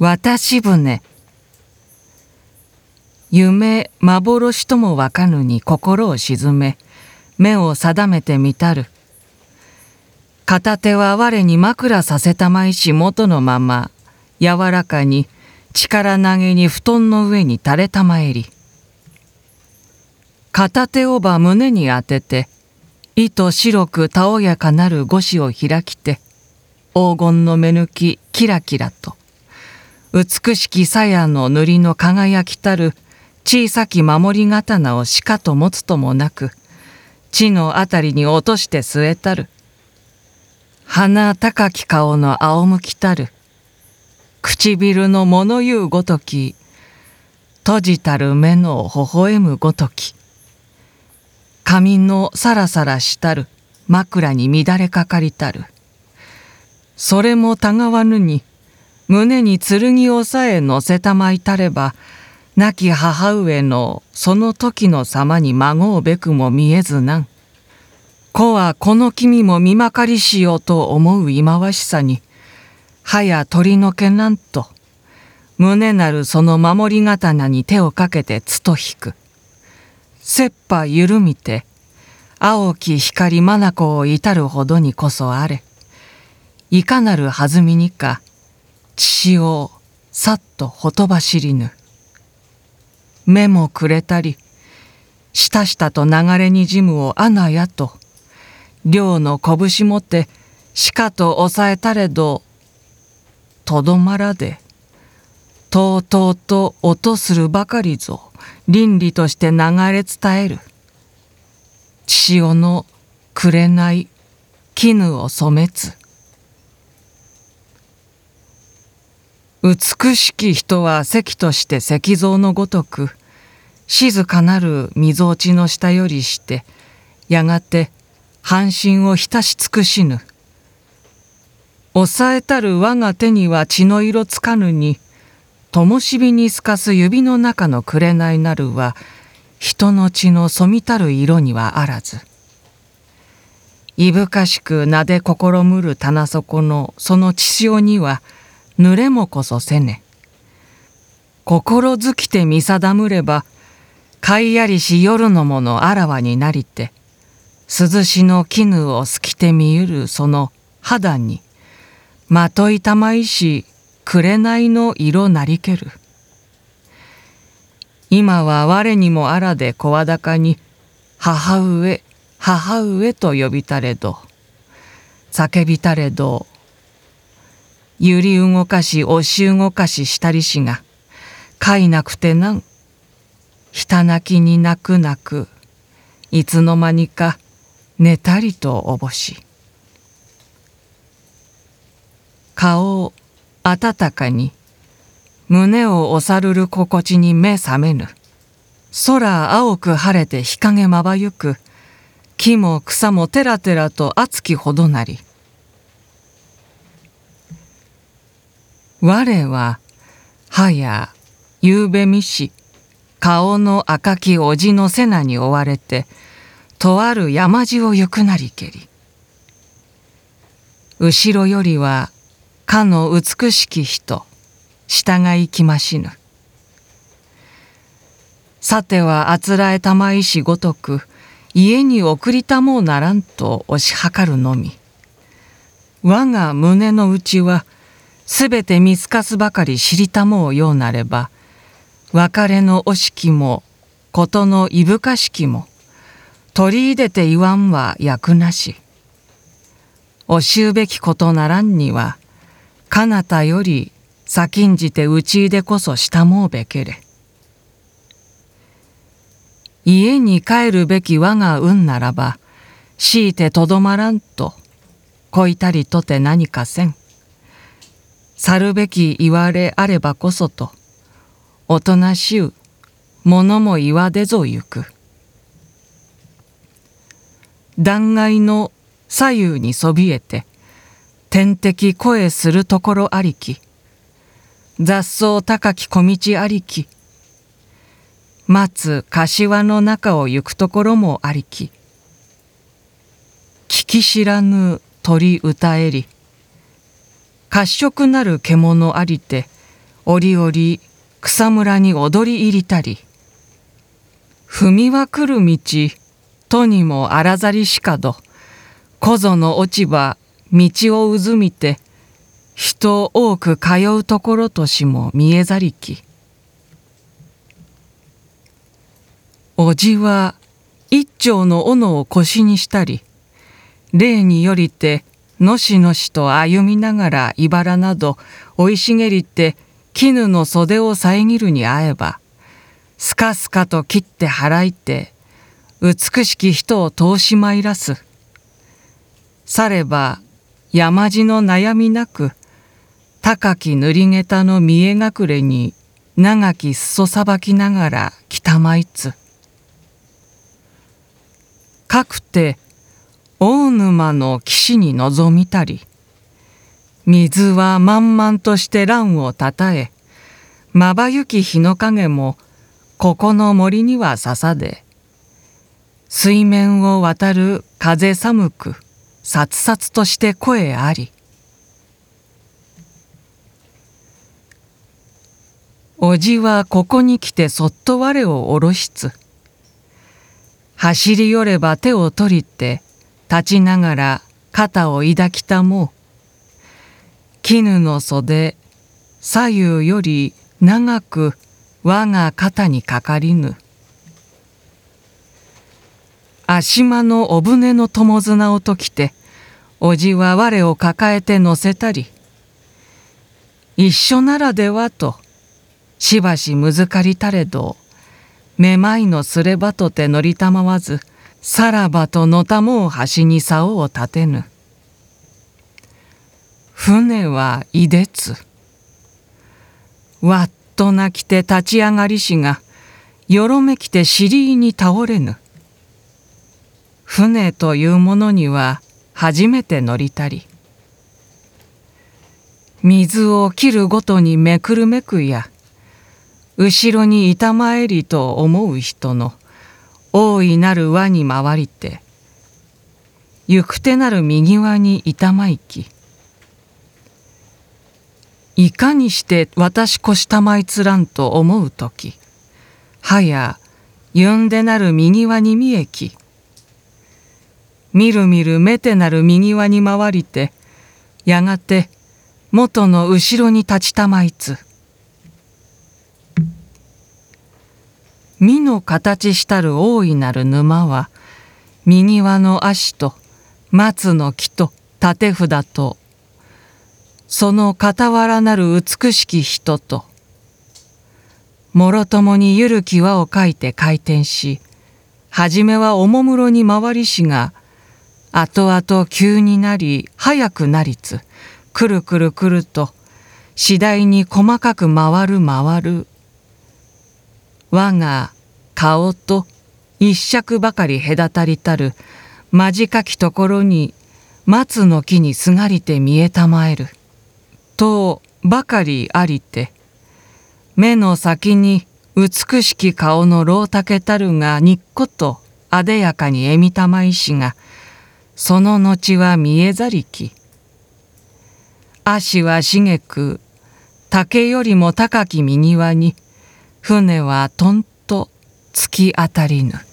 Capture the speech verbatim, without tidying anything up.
渡し船。夢幻ともわかぬに心を沈め、目を定めてみたる。片手は我に枕させたまいし元のまま、柔らかに力投げに布団の上に垂れたまえり。片手をば胸に当てて、糸白くたおやかなる五指を開きて、黄金の目抜きキラキラと、美しき鞘の塗りの輝きたる小さき守り刀をしかと持つともなく、地のあたりに落として据えたる。鼻高き顔の仰向きたる、唇の物言うごとき、閉じたる目の微笑むごとき、髪のさらさらしたる枕に乱れかかりたる。それもたがわぬに、胸に剣をさえ乗せたまいたれば、亡き母上のその時の様に孫うべくも見えずなん。子はこの君も見まかりしようと思う忌まわしさに、はや取りのけなんと、胸なるその守り刀に手をかけてつと引く。切羽緩みて、青き光眼を至るほどにこそあれ。いかなる弾みにか、血をさっとほとばしりぬ。目もくれたり、したしたと流れにじむを穴やと、両の拳持ってしかと押さえたれど、とどまらで、とうとうと音するばかりぞ、倫理として流れ伝える。血潮のくれない絹を染めつ。美しき人は石として石像のごとく、静かなるみぞおちの下よりして、やがて半身を浸し尽くしぬ。押さえたる我が手には血の色つかぬに、灯火に透かす指の中の紅なるは、人の血の染みたる色にはあらず。いぶかしくなで心むる棚底のその血潮には、濡れもこそせね。心づきて見定むれば、かいやりし夜のものあらわになりて、涼しの絹を透きて見ゆるその肌に、まといたまいし紅の色なりける。今は我にもあらで声高に、母上、母上と呼びたれど、叫びたれど、揺り動かし押し動かししたりしが、かいなくてなん、ひたなきに泣く泣く、いつの間にか寝たりとおぼし。顔を温かに、胸を押さるる心地に目覚めぬ。空青く晴れて日陰まばゆく、木も草もてらてらと熱きほどなり。我は、はや、ゆうべみし、顔の赤きおじの瀬名に追われて、とある山路を行くなりけり。後ろよりは、かの美しき人、従いきましぬ。さてはあつらえたまいしごとく、家に送りたもうならんと押し量るのみ。我が胸の内は、すべて見透かすばかり知りたもうようなれば、別れの惜しきも、ことのいぶかしきも、取り入れて言わんは役なし。惜しうべきことならんには、かなたより先んじてうちいでこそしたもうべけれ。家に帰るべき我が運ならば、強いてとどまらんと、こいたりとて何かせん。去るべき言われあればこそと、おとなしゅう、ものも言わでぞゆく。断崖の左右にそびえて、天敵声するところありき、雑草高き小道ありき、松柏の中を行くところもありき、聞き知らぬ鳥歌えり、褐色なる獣ありて、 折々草むらに踊り入りたり、踏みは来る道、とにもあらざりしかど、こぞの落ち葉、道をうずみて、人多く通うところとしも見えざりき。おじは一丁の斧を腰にしたり、例によりてのしのしと歩みながら茨など生い茂りて絹の袖を遮るに会えば、すかすかと切って払いて、美しき人を通しまいらす。されば山地の悩みなく、高き塗りげたの見え隠れに長き裾さばきながら北まいつ。かくて大沼の岸に臨みたり、水は満々として乱をたたえ、まばゆき日の影もここの森にはささで、水面を渡る風寒く、さつさつとして声あり。おじはここに来てそっと我を下ろしつ。走り寄れば手を取りて、立ちながら肩を抱きたもう。絹の袖、左右より長く我が肩にかかりぬ。足間のお船の友綱を解きて、おじは我を抱えて乗せたり、一緒ならではと、しばしむずかりたれど、めまいのすればとて乗りたまわず、さらばとのたもう橋に竿を立てぬ。船はいでつ。わっと泣きて立ち上がりしが、よろめきて尻に倒れぬ。船というものには初めて乗りたり。水を切るごとにめくるめくや、後ろにいたまえりと思う人の大いなる輪に回りて、行く手なる右輪にいたまいき、いかにして私こしたまいつらんと思うとき、はやゆんでなる右輪に見えき、みるみるめてなる右輪に回りて、やがて元の後ろに立ちたまいつ。実の形したる大いなる沼は、右輪の足と松の木と立札と、その傍らなる美しき人と、もろともにゆるき輪をかいて回転し、はじめはおもむろに回りしが、あとあと急になり早くなりつ、くるくるくると次第に細かく回る回る。我が顔と一尺ばかり隔たりたる間近きところに松の木にすがりて見えたまえる。とばかりありて、目の先に美しき顔の老竹たるがにっことあでやかにえみたまいしが、その後は見えざりき。足は茂く、竹よりも高き右輪に、船はとんと突き当たりぬ。